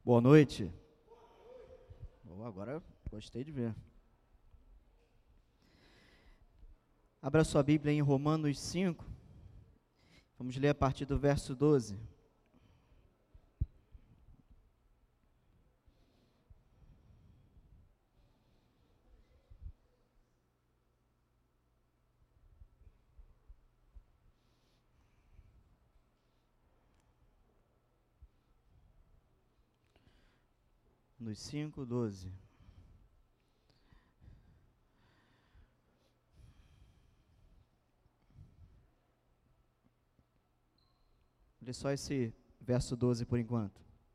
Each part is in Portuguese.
Boa noite. Agora gostei de ver. Abra sua Bíblia em Romanos 5. Vamos ler a partir do verso 12. Nos 5, 12. Lê só esse verso 12 por enquanto.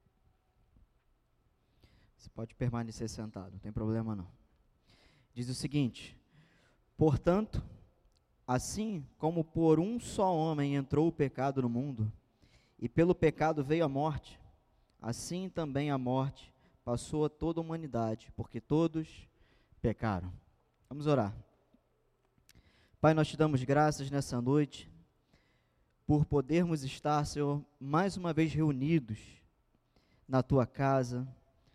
Você pode permanecer sentado, não tem problema não. Diz o seguinte: portanto, assim como por um só homem entrou o pecado no mundo, e pelo pecado veio a morte, assim também a morte passou a toda a humanidade, porque todos pecaram. Vamos orar. Pai, nós te damos graças nessa noite, por podermos estar, Senhor, mais uma vez reunidos na Tua casa,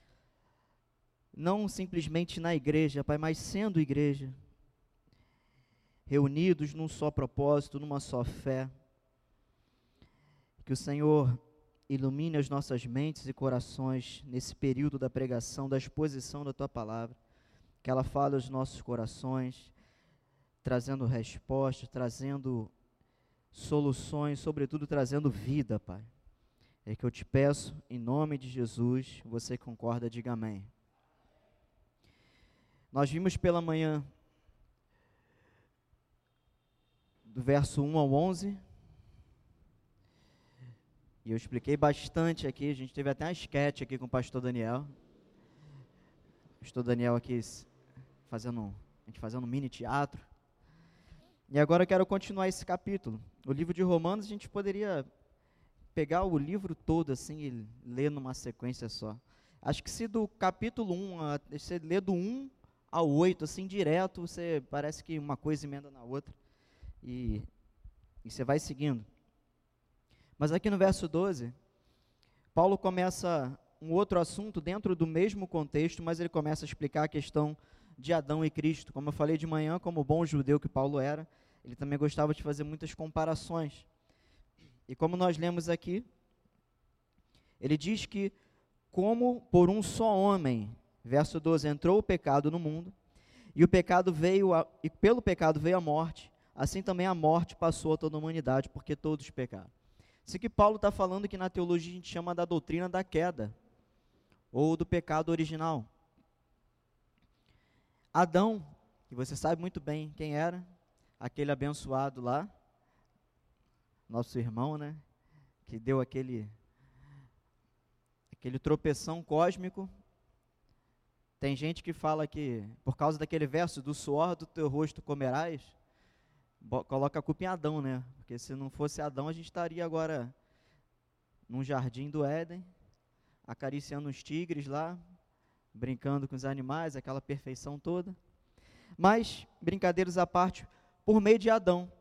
não simplesmente na igreja, Pai, mas sendo igreja, reunidos num só propósito, numa só fé. Que o Senhor ilumine as nossas mentes e corações nesse período da pregação, da exposição da Tua Palavra, que ela fale aos nossos corações, trazendo respostas, trazendo soluções, sobretudo trazendo vida, Pai. É que eu te peço, em nome de Jesus, você concorda, diga amém. Nós vimos pela manhã, do verso 1 ao 11, e eu expliquei bastante aqui, a gente teve até uma sketch aqui com o pastor Daniel. O pastor Daniel aqui a gente fazendo um mini teatro. E agora eu quero continuar esse capítulo. O livro de Romanos, a gente poderia pegar o livro todo assim e ler numa sequência só. Acho que se do capítulo 1, você lê do 1 ao 8, assim, direto, você parece que uma coisa emenda na outra. E você vai seguindo. Mas aqui no verso 12, Paulo começa um outro assunto dentro do mesmo contexto, mas ele começa a explicar a questão de Adão e Cristo. Como eu falei de manhã, como bom judeu que Paulo era, ele também gostava de fazer muitas comparações. E como nós lemos aqui, ele diz que como por um só homem, verso 12, entrou o pecado no mundo, e pelo pecado veio a morte, assim também a morte passou a toda a humanidade, porque todos pecaram. Isso que Paulo está falando que na teologia a gente chama da doutrina da queda, ou do pecado original. Adão, que você sabe muito bem quem era, aquele abençoado lá, nosso irmão, né, que deu aquele tropeção cósmico. Tem gente que fala que, por causa daquele verso, do suor do teu rosto comerás, coloca a culpa em Adão, né, porque se não fosse Adão, a gente estaria agora num jardim do Éden, acariciando os tigres lá, brincando com os animais, aquela perfeição toda. Mas, brincadeiras à parte, por meio de Adão,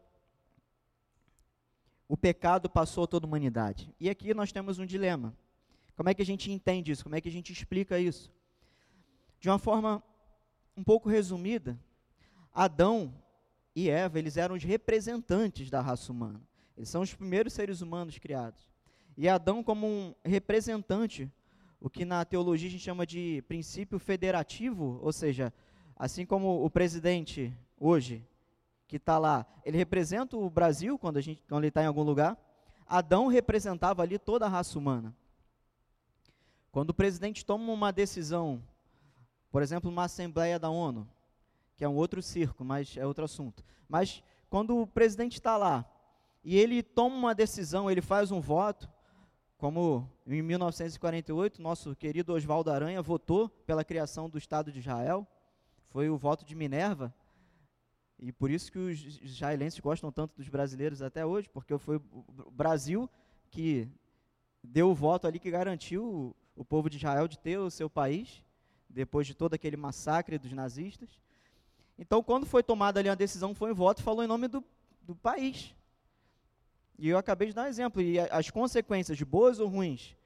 o pecado passou a toda a humanidade. E aqui nós temos um dilema. Como é que a gente entende isso? Como é que a gente explica isso? De uma forma um pouco resumida, Adão e Eva, eles eram os representantes da raça humana. Eles são os primeiros seres humanos criados. E Adão como um representante, o que na teologia a gente chama de princípio federativo, ou seja, assim como o presidente hoje, que está lá, ele representa o Brasil quando ele está em algum lugar, Adão representava ali toda a raça humana. Quando o presidente toma uma decisão, por exemplo, uma assembleia da ONU, que é um outro circo, mas é outro assunto, mas quando o presidente está lá, e ele toma uma decisão, ele faz um voto, como em 1948, nosso querido Oswaldo Aranha votou pela criação do Estado de Israel, foi o voto de Minerva, e por isso que os israelenses gostam tanto dos brasileiros até hoje, porque foi o Brasil que deu o voto ali que garantiu o povo de Israel de ter o seu país, depois de todo aquele massacre dos nazistas. Então, quando foi tomada ali uma decisão, foi um voto, falou em nome do país. E eu acabei de dar um exemplo, e as consequências, boas ou ruins,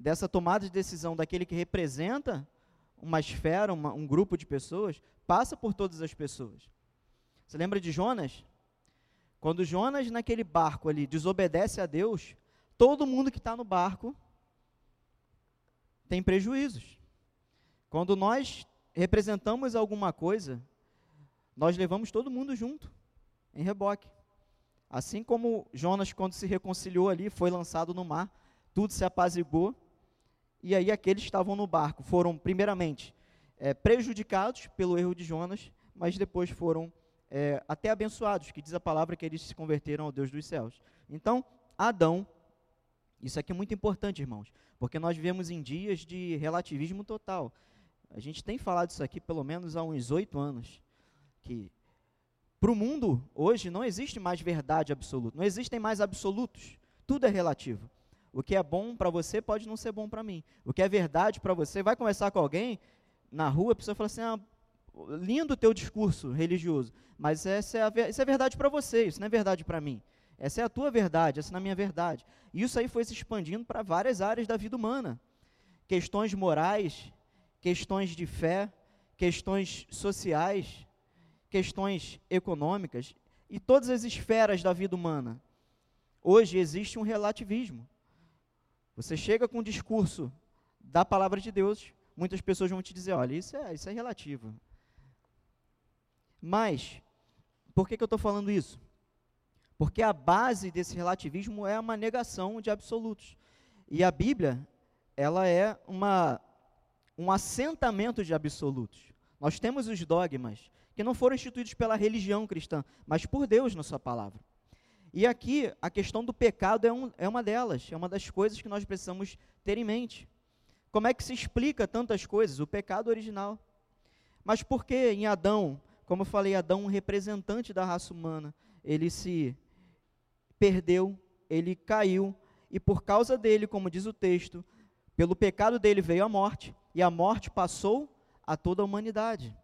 dessa tomada de decisão daquele que representa uma esfera, um grupo de pessoas, passa por todas as pessoas. Você lembra de Jonas? Quando Jonas, naquele barco ali, desobedece a Deus, todo mundo que está no barco tem prejuízos. Quando nós representamos alguma coisa, nós levamos todo mundo junto, em reboque. Assim como Jonas, quando se reconciliou ali, foi lançado no mar, tudo se apaziguou, e aí aqueles que estavam no barco foram, primeiramente, prejudicados pelo erro de Jonas, mas depois foram até abençoados, que diz a palavra que eles se converteram ao Deus dos céus. Então, Adão, isso aqui é muito importante, irmãos, porque nós vivemos em dias de relativismo total. A gente tem falado isso aqui pelo menos há uns 8 anos, que para o mundo, hoje, não existe mais verdade absoluta, não existem mais absolutos, tudo é relativo. O que é bom para você pode não ser bom para mim. O que é verdade para você, vai conversar com alguém na rua, a pessoa fala assim, lindo o teu discurso religioso, mas isso é verdade para você, isso não é verdade para mim. Essa é a tua verdade, essa não é a minha verdade. E isso aí foi se expandindo para várias áreas da vida humana. Questões morais, questões de fé, questões sociais, questões econômicas e todas as esferas da vida humana. Hoje existe um relativismo. Você chega com um discurso da palavra de Deus, muitas pessoas vão te dizer, olha, isso é relativo. Mas, por que eu estou falando isso? Porque a base desse relativismo é uma negação de absolutos. E a Bíblia, ela é um assentamento de absolutos. Nós temos os dogmas, que não foram instituídos pela religião cristã, mas por Deus na sua palavra. E aqui, a questão do pecado é uma delas, é uma das coisas que nós precisamos ter em mente. Como é que se explica tantas coisas? O pecado original. Mas por que em Adão, como eu falei, Adão, um representante da raça humana, ele se perdeu, ele caiu, e por causa dele, como diz o texto, pelo pecado dele veio a morte, e a morte passou a toda a humanidade.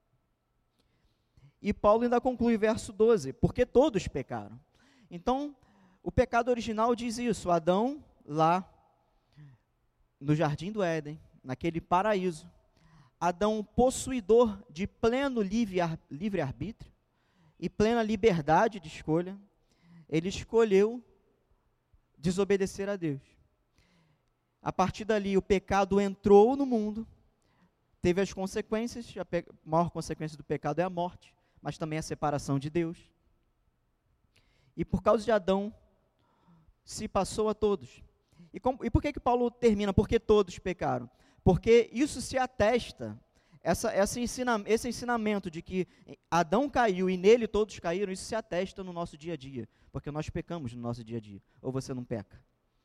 E Paulo ainda conclui, verso 12, porque todos pecaram. Então, o pecado original diz isso, Adão, lá no jardim do Éden, naquele paraíso, Adão, possuidor de pleno livre-arbítrio e plena liberdade de escolha, ele escolheu desobedecer a Deus. A partir dali, o pecado entrou no mundo, teve as consequências, a maior consequência do pecado é a morte, mas também a separação de Deus. E por causa de Adão, se passou a todos. E por que Paulo termina? Porque todos pecaram. Porque isso se atesta, esse ensinamento de que Adão caiu e nele todos caíram, isso se atesta no nosso dia a dia, porque nós pecamos no nosso dia a dia, ou você não peca.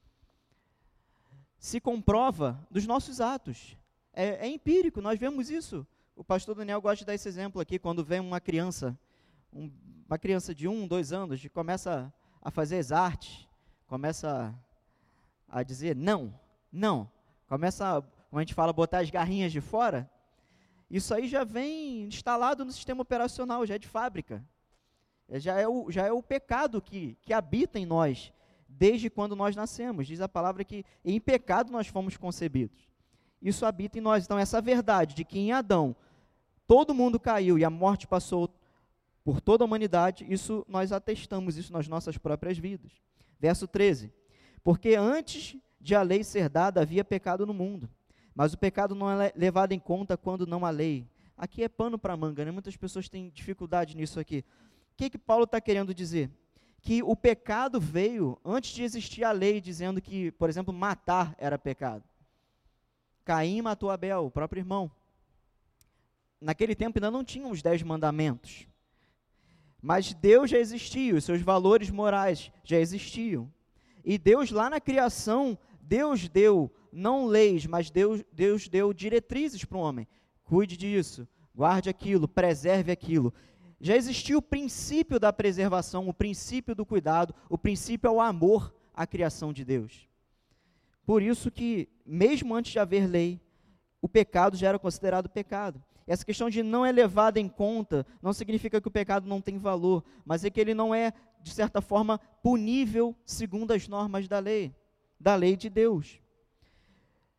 Se comprova dos nossos atos, é empírico, nós vemos isso. O pastor Daniel gosta de dar esse exemplo aqui, quando vem uma criança de 1, 2 anos, começa a fazer as artes, começa a dizer não, começa, como a gente fala, botar as garrinhas de fora, isso aí já vem instalado no sistema operacional, já é de fábrica, já é o pecado que habita em nós, desde quando nós nascemos, diz a palavra que em pecado nós fomos concebidos, isso habita em nós. Então essa verdade de que em Adão todo mundo caiu e a morte passou por toda a humanidade, isso nós atestamos isso nas nossas próprias vidas. Verso 13, porque antes de a lei ser dada havia pecado no mundo, mas o pecado não é levado em conta quando não há lei. Aqui é pano para manga, né? Muitas pessoas têm dificuldade nisso aqui. O que Paulo está querendo dizer? Que o pecado veio antes de existir a lei, dizendo que, por exemplo, matar era pecado. Caim matou Abel, o próprio irmão. Naquele tempo ainda não tinham os 10 mandamentos. Mas Deus já existia, os seus valores morais já existiam. E Deus lá na criação, Deus deu, não leis, mas Deus deu diretrizes para o homem. Cuide disso, guarde aquilo, preserve aquilo. Já existia o princípio da preservação, o princípio do cuidado, o princípio é o amor à criação de Deus. Por isso que, mesmo antes de haver lei, o pecado já era considerado pecado. Essa questão de não é levada em conta, não significa que o pecado não tem valor, mas é que ele não é, de certa forma, punível segundo as normas da lei de Deus.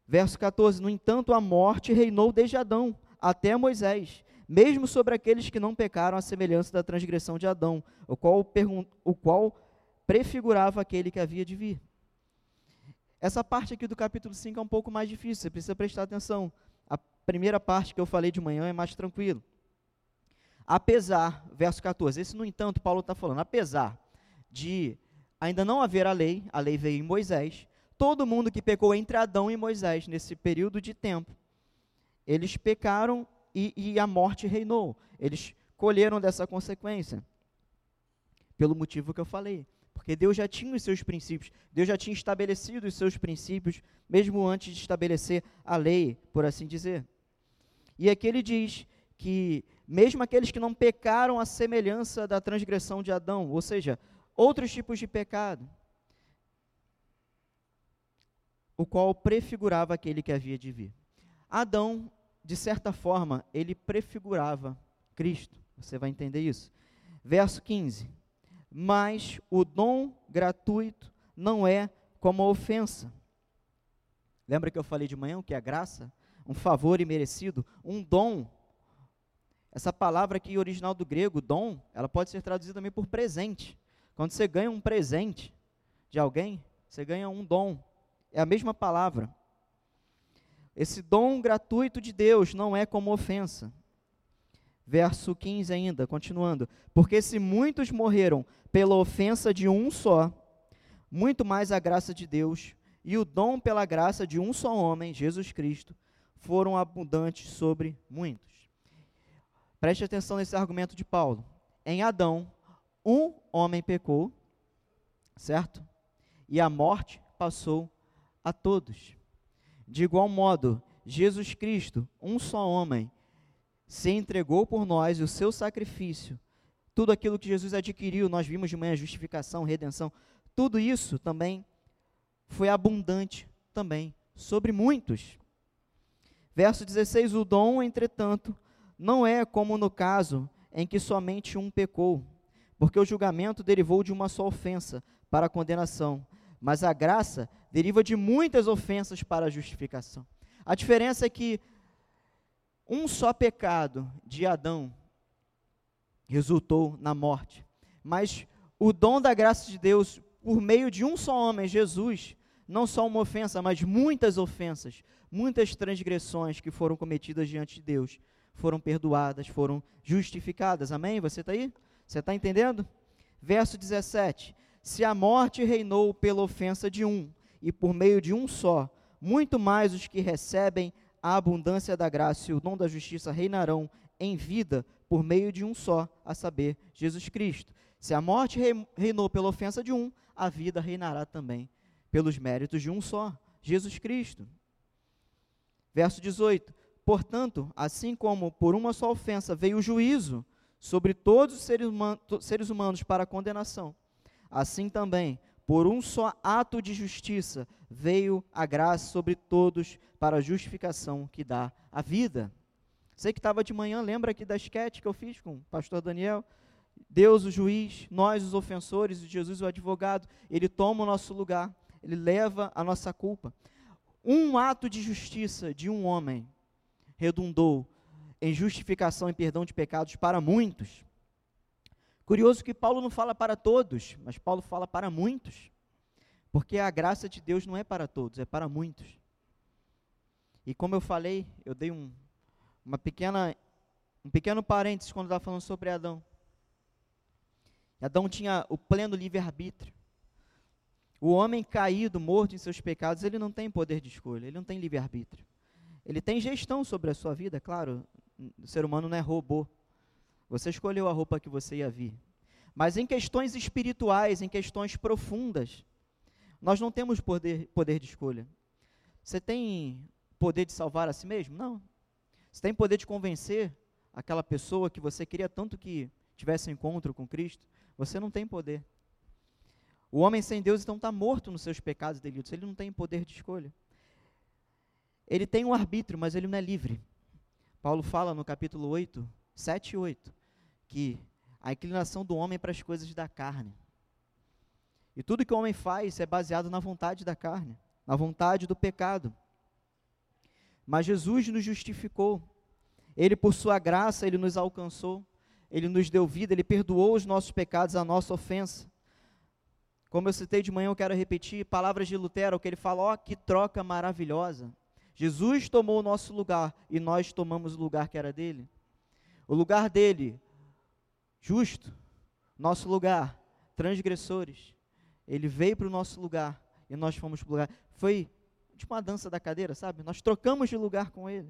Verso 14: No entanto, a morte reinou desde Adão até Moisés, mesmo sobre aqueles que não pecaram, à semelhança da transgressão de Adão, o qual prefigurava aquele que havia de vir. Essa parte aqui do capítulo 5 é um pouco mais difícil, você precisa prestar atenção. A primeira parte que eu falei de manhã é mais tranquilo. Apesar, verso 14, esse no entanto, Paulo está falando, apesar de ainda não haver a lei veio em Moisés, todo mundo que pecou entre Adão e Moisés, nesse período de tempo, eles pecaram e a morte reinou. Eles colheram dessa consequência, pelo motivo que eu falei. Porque Deus já tinha os seus princípios, Deus já tinha estabelecido os seus princípios, mesmo antes de estabelecer a lei, por assim dizer. E aqui ele diz que, mesmo aqueles que não pecaram à semelhança da transgressão de Adão, ou seja, outros tipos de pecado, o qual prefigurava aquele que havia de vir. Adão, de certa forma, ele prefigurava Cristo, você vai entender isso. Verso 15: Mas o dom gratuito não é como a ofensa. Lembra que eu falei de manhã o que é graça? Um favor imerecido, um dom. Essa palavra aqui, original do grego, dom, ela pode ser traduzida também por presente. Quando você ganha um presente de alguém, você ganha um dom. É a mesma palavra. Esse dom gratuito de Deus não é como ofensa. Verso 15 ainda, continuando. Porque se muitos morreram pela ofensa de um só, muito mais a graça de Deus e o dom pela graça de um só homem, Jesus Cristo, foram abundantes sobre muitos. Preste atenção nesse argumento de Paulo. Em Adão, um homem pecou, certo? E a morte passou a todos. De igual modo, Jesus Cristo, um só homem, se entregou por nós e o seu sacrifício, tudo aquilo que Jesus adquiriu, nós vimos de manhã, justificação, redenção, tudo isso também foi abundante também sobre muitos. Verso 16, o dom, entretanto, não é como no caso em que somente um pecou, porque o julgamento derivou de uma só ofensa para a condenação, mas a graça deriva de muitas ofensas para a justificação. A diferença é que um só pecado de Adão resultou na morte, mas o dom da graça de Deus, por meio de um só homem, Jesus, não só uma ofensa, mas muitas ofensas, muitas transgressões que foram cometidas diante de Deus, foram perdoadas, foram justificadas. Amém? Você está aí? Você está entendendo? Verso 17, se a morte reinou pela ofensa de um, e por meio de um só, muito mais os que recebem a abundância da graça e o dom da justiça reinarão em vida por meio de um só, a saber, Jesus Cristo. Se a morte reinou pela ofensa de um, a vida reinará também pelos méritos de um só, Jesus Cristo. Verso 18, portanto, assim como por uma só ofensa veio o juízo sobre todos os seres humanos para a condenação, assim também, por um só ato de justiça, veio a graça sobre todos para a justificação que dá a vida. Você que estava de manhã, lembra aqui da esquete que eu fiz com o pastor Daniel? Deus o juiz, nós os ofensores, e Jesus o advogado, ele toma o nosso lugar, ele leva a nossa culpa. Um ato de justiça de um homem redundou em justificação e perdão de pecados para muitos. Curioso que Paulo não fala para todos, mas Paulo fala para muitos, porque a graça de Deus não é para todos, é para muitos. E como eu falei, eu dei um pequeno parênteses quando estava falando sobre Adão. Adão tinha o pleno livre-arbítrio. O homem caído, morto em seus pecados, ele não tem poder de escolha, ele não tem livre-arbítrio. Ele tem gestão sobre a sua vida, claro, o ser humano não é robô. Você escolheu a roupa que você ia vir. Mas em questões espirituais, em questões profundas, nós não temos poder de escolha. Você tem poder de salvar a si mesmo? Não. Você tem poder de convencer aquela pessoa que você queria tanto que tivesse um encontro com Cristo? Você não tem poder. O homem sem Deus, então, está morto nos seus pecados e delitos. Ele não tem poder de escolha. Ele tem um arbítrio, mas ele não é livre. Paulo fala no capítulo 8, 7 e 8, que a inclinação do homem é para as coisas da carne. E tudo que o homem faz é baseado na vontade da carne, na vontade do pecado. Mas Jesus nos justificou. Ele, por sua graça, Ele nos alcançou. Ele nos deu vida, Ele perdoou os nossos pecados, a nossa ofensa. Como eu citei de manhã, eu quero repetir, palavras de Lutero, que ele fala, ó, que troca maravilhosa. Jesus tomou o nosso lugar e nós tomamos o lugar que era dele. O lugar dele, justo, nosso lugar, transgressores. Ele veio para o nosso lugar e nós fomos para o lugar. Foi tipo uma dança da cadeira, sabe? Nós trocamos de lugar com ele.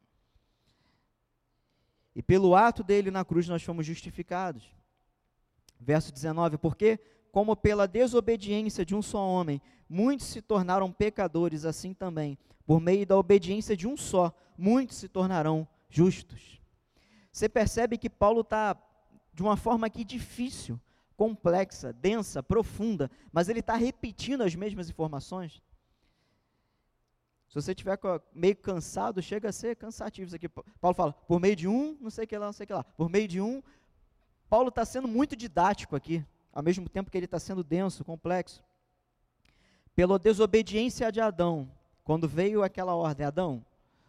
E pelo ato dele na cruz nós fomos justificados. Verso 19, porque como pela desobediência de um só homem, muitos se tornaram pecadores, assim também, por meio da obediência de um só, muitos se tornarão justos. Você percebe que Paulo está de uma forma aqui difícil, complexa, densa, profunda, mas ele está repetindo as mesmas informações. Se você estiver meio cansado, chega a ser cansativo isso aqui. Paulo fala, por meio de um, não sei o que lá, não sei o que lá. Por meio de um, Paulo está sendo muito didático aqui, ao mesmo tempo que ele está sendo denso, complexo. Pela desobediência de Adão, quando veio aquela ordem, Adão,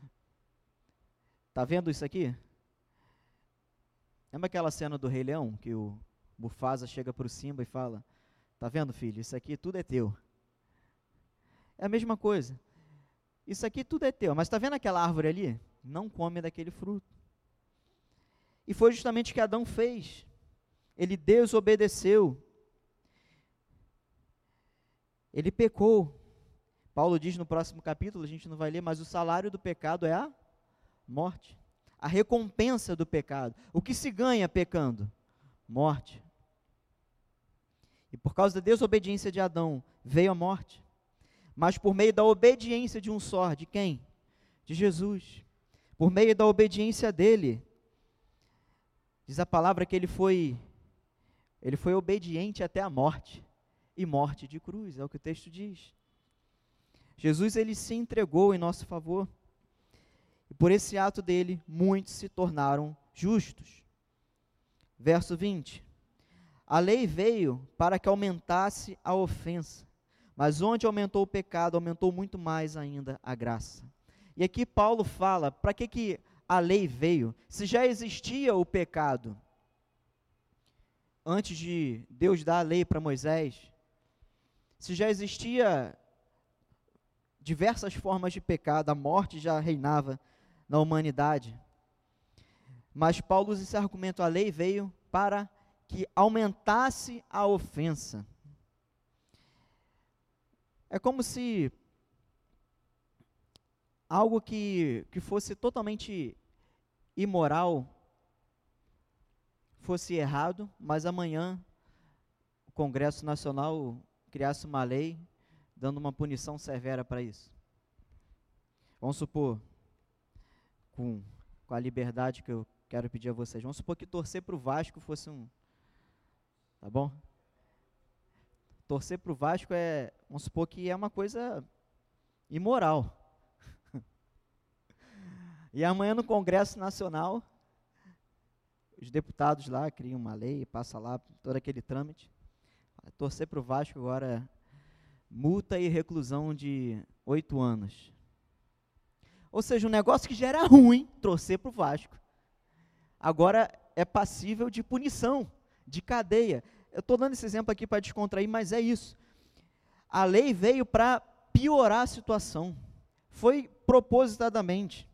está vendo isso aqui? Lembra aquela cena do Rei Leão, que o Mufasa chega para o Simba e fala, está vendo, filho, isso aqui tudo é teu. É a mesma coisa. Isso aqui tudo é teu, mas está vendo aquela árvore ali? Não come daquele fruto. E foi justamente o que Adão fez. Ele desobedeceu. Ele pecou. Paulo diz no próximo capítulo, a gente não vai ler, mas o salário do pecado é a morte. A recompensa do pecado. O que se ganha pecando? Morte. E por causa da desobediência de Adão, veio a morte. Mas por meio da obediência de um só, de quem? De Jesus. Por meio da obediência dele, diz a palavra que ele foi obediente até a morte, e morte de cruz, é o que o texto diz. Jesus, ele se entregou em nosso favor, e por esse ato dele, muitos se tornaram justos. Verso 20, a lei veio para que aumentasse a ofensa, mas onde aumentou o pecado, aumentou muito mais ainda a graça. E aqui Paulo fala, para que a lei veio? Se já existia o pecado, antes de Deus dar a lei para Moisés, se já existia diversas formas de pecado, a morte já reinava na humanidade, mas Paulo usa esse argumento, a lei veio para que aumentasse a ofensa. É como se algo que fosse totalmente imoral fosse errado, mas amanhã o Congresso Nacional criasse uma lei dando uma punição severa para isso. Vamos supor, com a liberdade que eu quero pedir a vocês, vamos supor que torcer para o Vasco fosse tá bom? Torcer para o Vasco vamos supor que é uma coisa imoral. E amanhã no Congresso Nacional, os deputados lá criam uma lei, passa lá todo aquele trâmite. Torcer para o Vasco agora, multa e reclusão de 8 anos. Ou seja, um negócio que já era ruim, torcer para o Vasco, agora é passível de punição, de cadeia. Eu estou dando esse exemplo aqui para descontrair, mas é isso. A lei veio para piorar a situação. Foi propositadamente.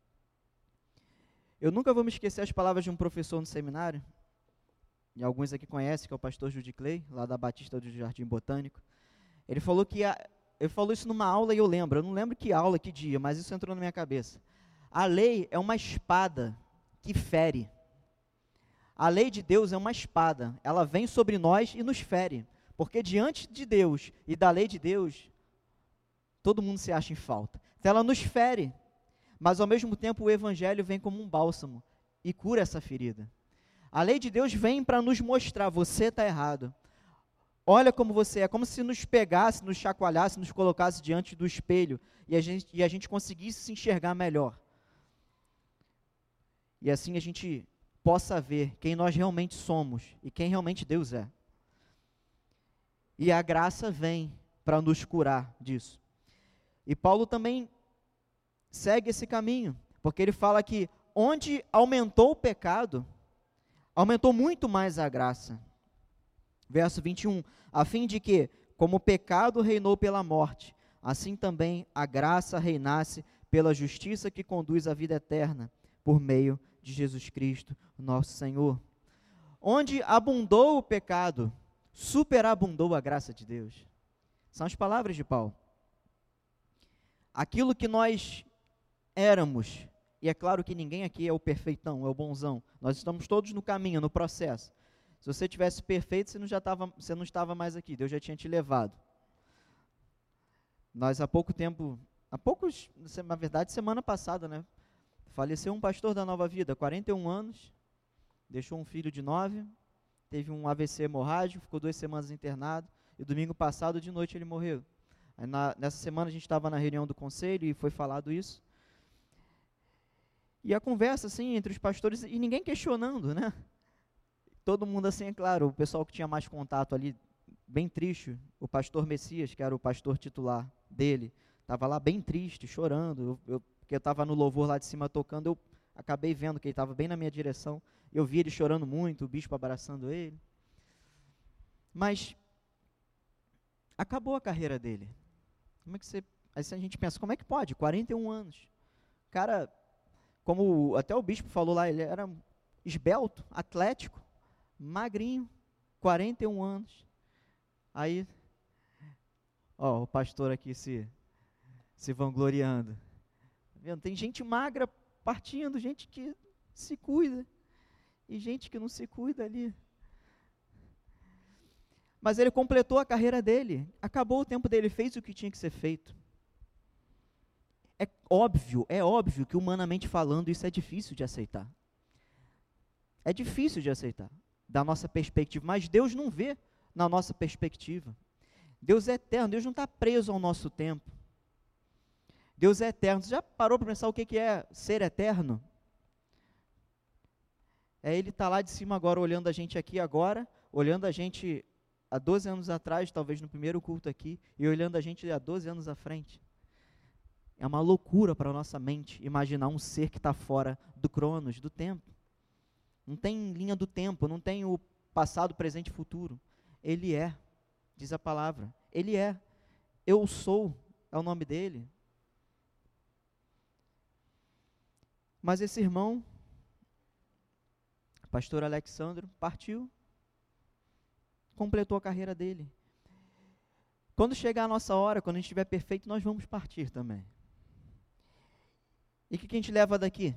Eu nunca vou me esquecer as palavras de um professor no seminário, e alguns aqui conhecem, que é o pastor Judy Clay, lá da Batista do Jardim Botânico. Ele falou ele falou isso numa aula e eu não lembro que aula, que dia, mas isso entrou na minha cabeça. A lei é uma espada que fere. A lei de Deus é uma espada, ela vem sobre nós e nos fere, porque diante de Deus e da lei de Deus, todo mundo se acha em falta. Então ela nos fere, mas ao mesmo tempo o Evangelho vem como um bálsamo e cura essa ferida. A lei de Deus vem para nos mostrar, você está errado. Olha como você é, como se nos pegasse, nos chacoalhasse, nos colocasse diante do espelho e a gente conseguisse se enxergar melhor. E assim a gente possa ver quem nós realmente somos e quem realmente Deus é. E a graça vem para nos curar disso. E Paulo também segue esse caminho, porque ele fala que onde aumentou o pecado, aumentou muito mais a graça. Verso 21, a fim de que, como o pecado reinou pela morte, assim também a graça reinasse pela justiça que conduz à vida eterna, por meio de Jesus Cristo, nosso Senhor. Onde abundou o pecado, superabundou a graça de Deus. São as palavras de Paulo. Aquilo que nós éramos, e é claro que ninguém aqui é o perfeitão, é o bonzão, nós estamos todos no caminho, no processo. Se você tivesse perfeito, você não estava mais aqui, Deus já tinha te levado. Nós na verdade, semana passada, né? Faleceu um pastor da Nova Vida, 41 anos, deixou um filho de 9, teve um AVC hemorrágico, ficou 2 semanas internado, e domingo passado, de noite, ele morreu. Aí nessa semana a gente estava na reunião do conselho e foi falado isso. E a conversa, assim, entre os pastores, e ninguém questionando, né? Todo mundo assim, é claro, o pessoal que tinha mais contato ali, bem triste, o pastor Messias, que era o pastor titular dele, estava lá bem triste, chorando, porque eu estava no louvor lá de cima tocando, eu acabei vendo que ele estava bem na minha direção, eu vi ele chorando muito, o bispo abraçando ele, mas acabou a carreira dele. Aí a gente pensa, como é que pode? 41 anos, cara, como até o bispo falou lá, ele era esbelto, atlético, magrinho, 41 anos. Aí, ó, o pastor aqui se vangloriando. Tá vendo? Tem gente magra partindo, gente que se cuida, e gente que não se cuida ali. Mas ele completou a carreira dele, acabou o tempo dele, fez o que tinha que ser feito. É óbvio que humanamente falando isso é difícil de aceitar. É difícil de aceitar, da nossa perspectiva, mas Deus não vê na nossa perspectiva. Deus é eterno, Deus não está preso ao nosso tempo. Deus é eterno. Você já parou para pensar o que é ser eterno? É Ele estar lá de cima agora, olhando a gente aqui agora, olhando a gente há 12 anos atrás, talvez no primeiro culto aqui, e olhando a gente há 12 anos à frente. É uma loucura para a nossa mente imaginar um ser que está fora do cronos, do tempo. Não tem linha do tempo, não tem o passado, presente e futuro. Ele é, diz a palavra. Ele é. Eu sou, é o nome dele. Mas esse irmão, pastor Alexandro, partiu, completou a carreira dele. Quando chegar a nossa hora, quando a gente estiver perfeito, nós vamos partir também. E o que a gente leva daqui?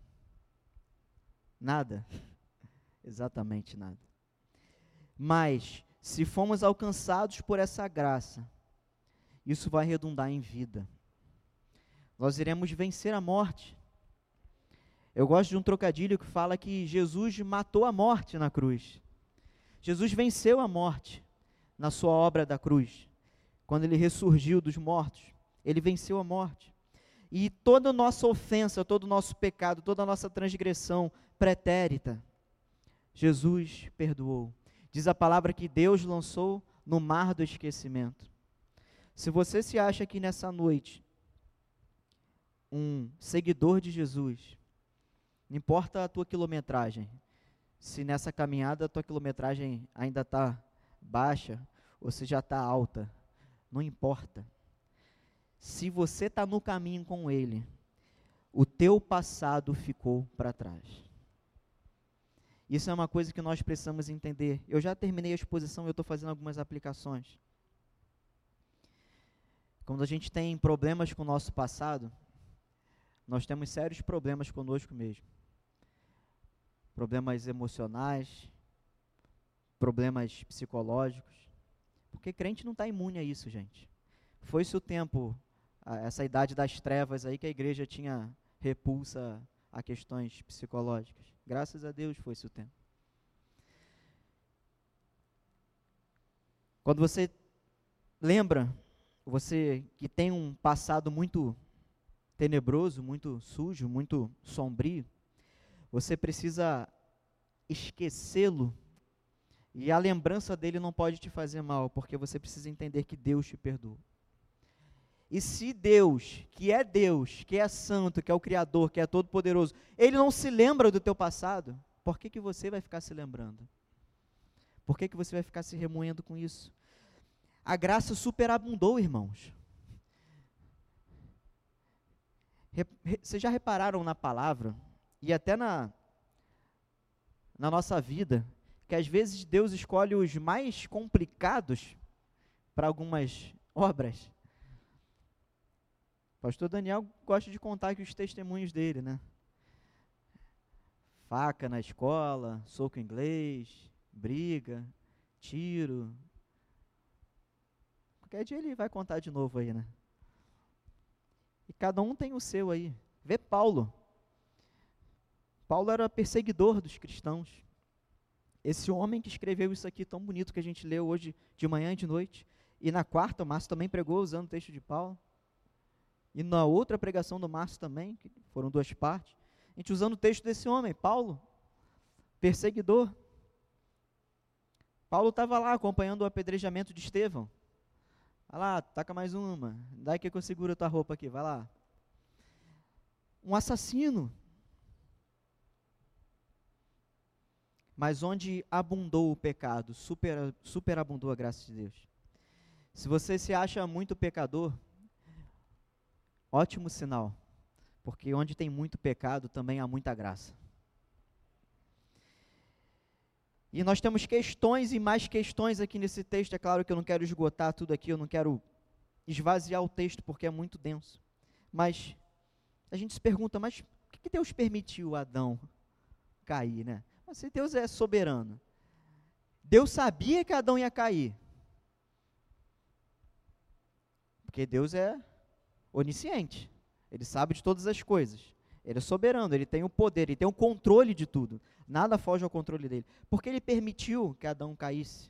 Nada. Exatamente nada. Mas, se formos alcançados por essa graça, isso vai redundar em vida. Nós iremos vencer a morte. Eu gosto de um trocadilho que fala que Jesus matou a morte na cruz. Jesus venceu a morte na sua obra da cruz. Quando ele ressurgiu dos mortos, ele venceu a morte. E toda a nossa ofensa, todo o nosso pecado, toda a nossa transgressão pretérita, Jesus perdoou. Diz a palavra que Deus lançou no mar do esquecimento. Se você se acha aqui nessa noite um seguidor de Jesus, não importa a tua quilometragem, se nessa caminhada a tua quilometragem ainda está baixa ou se já está alta, não importa. Se você está no caminho com Ele, o teu passado ficou para trás. Isso é uma coisa que nós precisamos entender. Eu já terminei a exposição e eu estou fazendo algumas aplicações. Quando a gente tem problemas com o nosso passado, nós temos sérios problemas conosco mesmo. Problemas emocionais, problemas psicológicos. Porque crente não está imune a isso, gente. Foi-se o tempo, essa idade das trevas aí, que a igreja tinha repulsa a questões psicológicas. Graças a Deus foi-se o tempo. Quando você lembra, você que tem um passado muito tenebroso, muito sujo, muito sombrio, você precisa esquecê-lo, e a lembrança dele não pode te fazer mal, porque você precisa entender que Deus te perdoou. E se Deus, que é santo, que é o Criador, que é todo-poderoso, Ele não se lembra do teu passado, por que você vai ficar se lembrando? Por que você vai ficar se remoendo com isso? A graça superabundou, irmãos. Vocês já repararam na palavra, e até na nossa vida, que às vezes Deus escolhe os mais complicados para algumas obras? O pastor Daniel gosta de contar aqui os testemunhos dele, né? Faca na escola, soco em inglês, briga, tiro. Qualquer dia ele vai contar de novo aí, né? E cada um tem o seu aí. Vê Paulo. Paulo era perseguidor dos cristãos. Esse homem que escreveu isso aqui tão bonito que a gente leu hoje de manhã e de noite. E na quarta, o Márcio também pregou usando o texto de Paulo. E na outra pregação do Márcio também, que foram 2 partes, a gente usando o texto desse homem, Paulo, perseguidor. Paulo estava lá acompanhando o apedrejamento de Estevão. Vai lá, taca mais uma, dá que eu seguro a tua roupa aqui, vai lá. Um assassino. Mas onde abundou o pecado, superabundou a graça de Deus. Se você se acha muito pecador, ótimo sinal, porque onde tem muito pecado também há muita graça. E nós temos questões e mais questões aqui nesse texto. É claro que eu não quero esgotar tudo aqui, eu não quero esvaziar o texto porque é muito denso. Mas a gente se pergunta, mas por que Deus permitiu Adão cair, né? Mas se Deus é soberano, Deus sabia que Adão ia cair. Porque Deus é onisciente, Ele sabe de todas as coisas. Ele é soberano, Ele tem o poder, Ele tem o controle de tudo. Nada foge ao controle dele. Porque Ele permitiu que Adão caísse?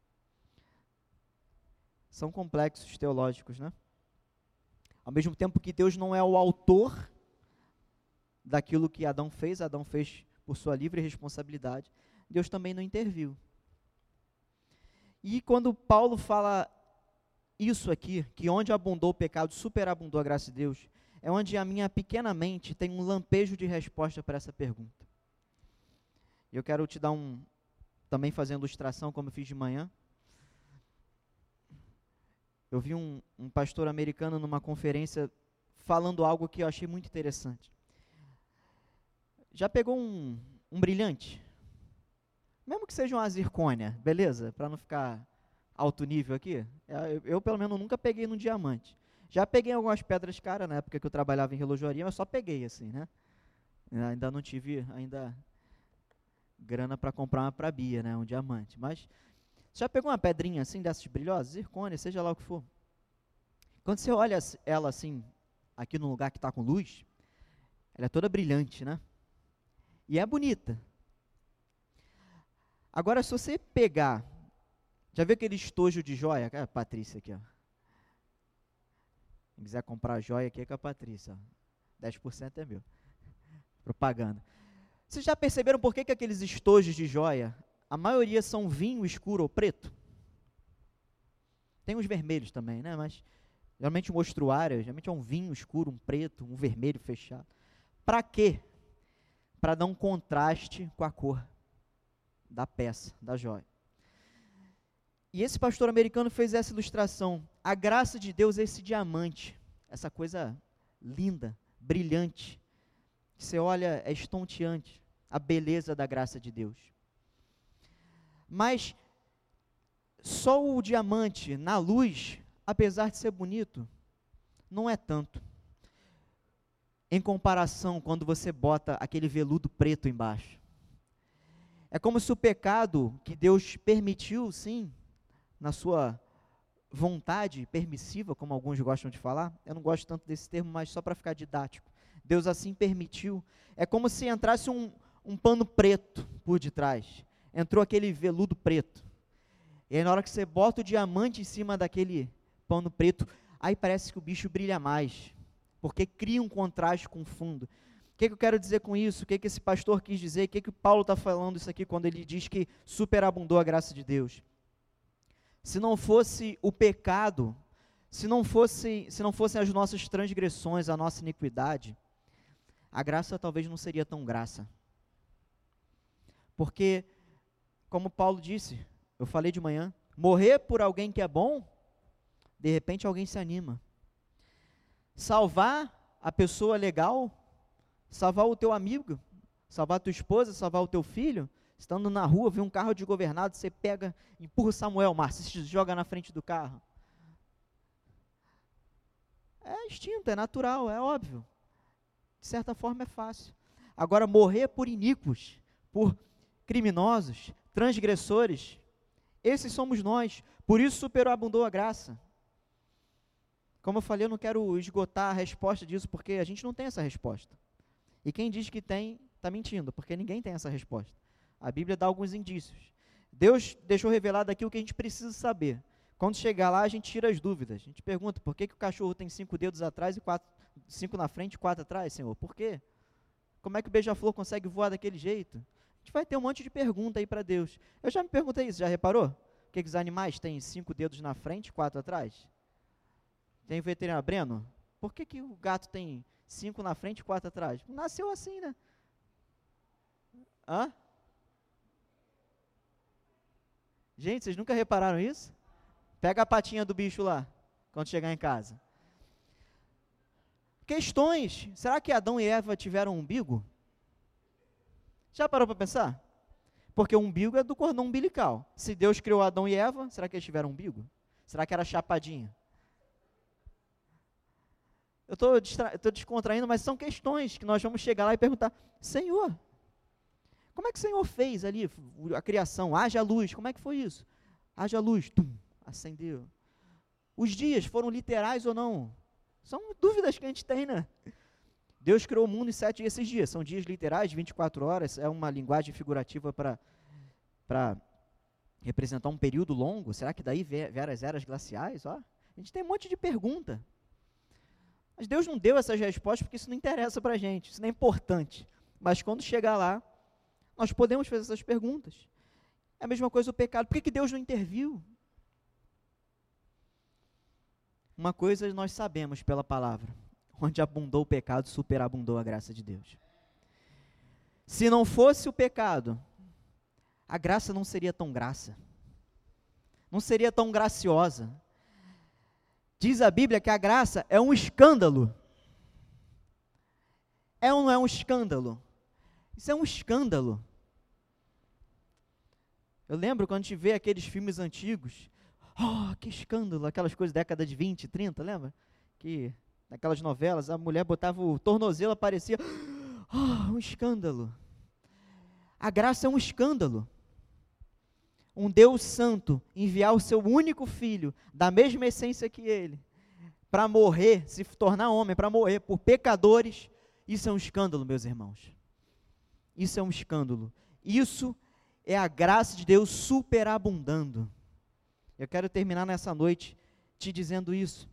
São complexos teológicos, né? Ao mesmo tempo que Deus não é o autor daquilo que Adão fez por sua livre responsabilidade, Deus também não interviu. E quando Paulo fala isso aqui, que onde abundou o pecado, superabundou a graça de Deus, é onde a minha pequena mente tem um lampejo de resposta para essa pergunta. Eu quero te dar também fazer ilustração, como eu fiz de manhã. Eu vi um pastor americano numa conferência falando algo que eu achei muito interessante. Já pegou um brilhante? Mesmo que seja uma zircônia, beleza? Para não ficar alto nível aqui. Eu, pelo menos, nunca peguei num diamante. Já peguei algumas pedras caras na época que eu trabalhava em relojoaria, mas só peguei assim, né? Ainda não tive grana para comprar uma para Bia, né? Um diamante. Mas você já pegou uma pedrinha assim, dessas brilhosas? Zircônia, seja lá o que for. Quando você olha ela assim, aqui num lugar que está com luz, ela é toda brilhante, né? E é bonita. Agora, se você pegar, já viu aquele estojo de joia? A Patrícia aqui, ó. Quem quiser comprar joia aqui é com a Patrícia, ó. 10% é meu. Propaganda. Vocês já perceberam por que aqueles estojos de joia, a maioria são vinho escuro ou preto? Tem uns vermelhos também, né? Mas geralmente um mostruário, geralmente é um vinho escuro, um preto, um vermelho fechado. Para quê? Para dar um contraste com a cor da peça, da joia. E esse pastor americano fez essa ilustração. A graça de Deus é esse diamante, essa coisa linda, brilhante, que você olha, é estonteante, a beleza da graça de Deus. Mas só o diamante na luz, apesar de ser bonito, não é tanto. Em comparação, quando você bota aquele veludo preto embaixo. É como se o pecado que Deus permitiu, sim, na sua vontade permissiva, como alguns gostam de falar, eu não gosto tanto desse termo, mas só para ficar didático, Deus assim permitiu, é como se entrasse um pano preto por detrás, entrou aquele veludo preto, e aí na hora que você bota o diamante em cima daquele pano preto, aí parece que o bicho brilha mais, porque cria um contraste com o fundo. O que eu quero dizer com isso? O que esse pastor quis dizer? O que o Paulo está falando isso aqui quando ele diz que superabundou a graça de Deus? Se não fosse o pecado, Se não fossem as nossas transgressões, a nossa iniquidade, a graça talvez não seria tão graça. Porque, como Paulo disse, eu falei de manhã, morrer por alguém que é bom, de repente alguém se anima. Salvar a pessoa legal, salvar o teu amigo, salvar a tua esposa, salvar o teu filho, estando na rua, vê um carro desgovernado, você pega, empurra o Samuel, Márcio, se joga na frente do carro. É instinto, é natural, é óbvio. De certa forma é fácil. Agora, morrer por iníquos, por criminosos, transgressores, esses somos nós. Por isso superabundou a graça. Como eu falei, eu não quero esgotar a resposta disso, porque a gente não tem essa resposta. E quem diz que tem, está mentindo, porque ninguém tem essa resposta. A Bíblia dá alguns indícios. Deus deixou revelado aqui o que a gente precisa saber. Quando chegar lá, a gente tira as dúvidas. A gente pergunta, por que o cachorro tem 5 dedos atrás e 5 na frente e 4 atrás, Senhor? Por quê? Como é que o beija-flor consegue voar daquele jeito? A gente vai ter um monte de pergunta aí para Deus. Eu já me perguntei isso, já reparou? Por que os animais têm 5 dedos na frente e 4 atrás? Tem veterinário, Breno, por que o gato tem 5 na frente e 4 atrás? Nasceu assim, né? Hã? Gente, vocês nunca repararam isso? Pega a patinha do bicho lá, quando chegar em casa. Questões. Será que Adão e Eva tiveram um umbigo? Já parou para pensar? Porque o umbigo é do cordão umbilical. Se Deus criou Adão e Eva, será que eles tiveram umbigo? Será que era chapadinho? Eu estou descontraindo, mas são questões que nós vamos chegar lá e perguntar, Senhor, como é que o Senhor fez ali a criação? Haja luz, como é que foi isso? Haja luz, acendeu. Os dias foram literais ou não? São dúvidas que a gente tem, né? Deus criou o mundo em 7 dias. Esses dias são dias literais, 24 horas, é uma linguagem figurativa para representar um período longo. Será que daí vieram as eras glaciais? Ó, a gente tem um monte de pergunta. Mas Deus não deu essas respostas porque isso não interessa para a gente, isso não é importante. Mas quando chegar lá, nós podemos fazer essas perguntas. É a mesma coisa o pecado. Por que Deus não interviu? Uma coisa nós sabemos pela palavra: onde abundou o pecado, superabundou a graça de Deus. Se não fosse o pecado, a graça não seria tão graça, não seria tão graciosa. Diz a Bíblia que a graça é um escândalo. É ou não é um escândalo? Isso é um escândalo. Eu lembro quando a gente vê aqueles filmes antigos, que escândalo, aquelas coisas da década de 20, 30, lembra? Que naquelas novelas a mulher botava o tornozelo, aparecia, um escândalo. A graça é um escândalo. Um Deus santo enviar o seu único filho, da mesma essência que ele, para morrer, se tornar homem, para morrer por pecadores, isso é um escândalo, meus irmãos. Isso é um escândalo. Isso é a graça de Deus superabundando. Eu quero terminar nessa noite te dizendo isso.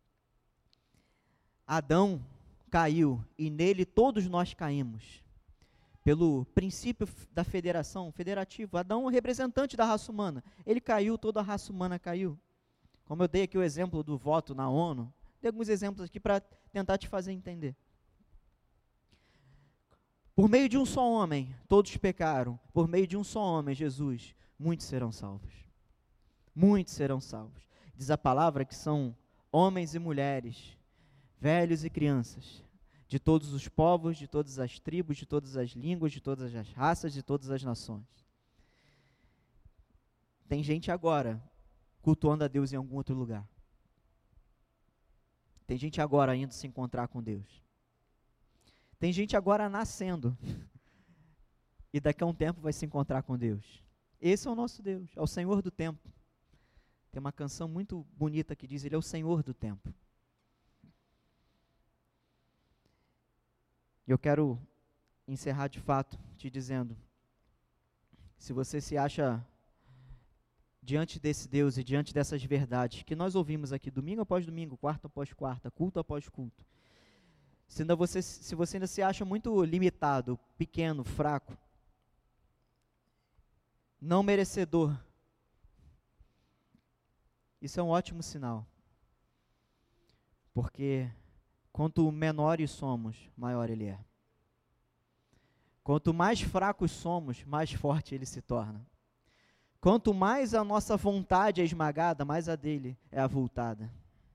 Adão caiu e nele todos nós caímos. Pelo princípio da federação, federativo. Adão é o representante da raça humana. Ele caiu, toda a raça humana caiu. Como eu dei aqui o exemplo do voto na ONU, dei alguns exemplos aqui para tentar te fazer entender. Por meio de um só homem, todos pecaram. Por meio de um só homem, Jesus, muitos serão salvos. Muitos serão salvos. Diz a palavra que são homens e mulheres, velhos e crianças, de todos os povos, de todas as tribos, de todas as línguas, de todas as raças, de todas as nações. Tem gente agora cultuando a Deus em algum outro lugar. Tem gente agora indo se encontrar com Deus. Tem gente agora nascendo e daqui a um tempo vai se encontrar com Deus. Esse é o nosso Deus, é o Senhor do tempo. Tem uma canção muito bonita que diz, Ele é o Senhor do tempo. E eu quero encerrar de fato te dizendo, se você se acha diante desse Deus e diante dessas verdades que nós ouvimos aqui domingo após domingo, quarta após quarta, culto após culto, se você ainda se acha muito limitado, pequeno, fraco, não merecedor, isso é um ótimo sinal. Porque quanto menores somos, maior Ele é. Quanto mais fracos somos, mais forte Ele se torna. Quanto mais a nossa vontade é esmagada, mais a dele é avultada.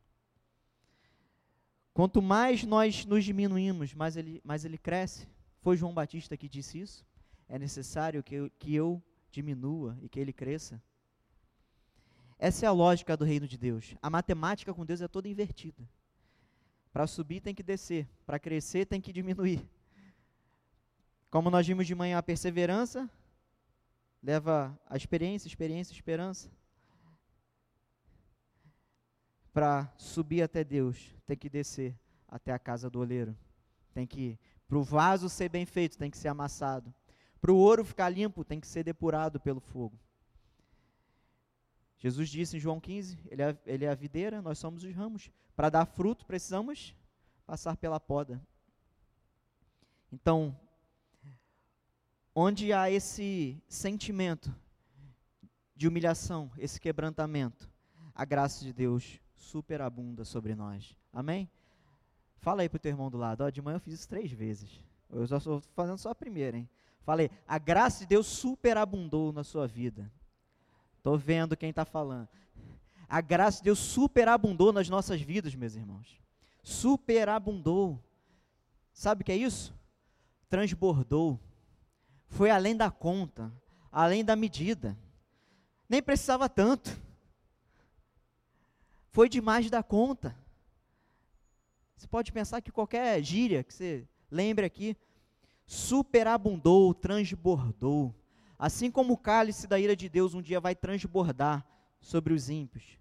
Quanto mais nós nos diminuímos, mais ele cresce. Foi João Batista que disse isso. É necessário que eu diminua e que ele cresça. Essa é a lógica do reino de Deus. A matemática com Deus é toda invertida. Para subir tem que descer, para crescer tem que diminuir. Como nós vimos de manhã, a perseverança leva a experiência, esperança. Para subir até Deus, tem que descer até a casa do oleiro. Para o vaso ser bem feito, tem que ser amassado. Para o ouro ficar limpo, tem que ser depurado pelo fogo. Jesus disse em João 15, ele é a videira, nós somos os ramos. Para dar fruto, precisamos passar pela poda. Então, onde há esse sentimento de humilhação, esse quebrantamento, a graça de Deus superabunda sobre nós. Amém? Fala aí pro teu irmão do lado. De manhã eu fiz isso 3 vezes. Eu só estou fazendo só a primeira, hein? Falei, a graça de Deus superabundou na sua vida. Estou vendo quem está falando. A graça de Deus superabundou nas nossas vidas, meus irmãos. Superabundou. Sabe o que é isso? Transbordou. Foi além da conta, além da medida. Nem precisava tanto. Foi demais da conta. Você pode pensar que qualquer gíria que você lembre aqui, superabundou, transbordou. Assim como o cálice da ira de Deus um dia vai transbordar sobre os ímpios,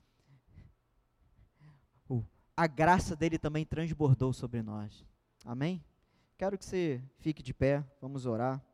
a graça dele também transbordou sobre nós. Amém? Quero que você fique de pé, vamos orar.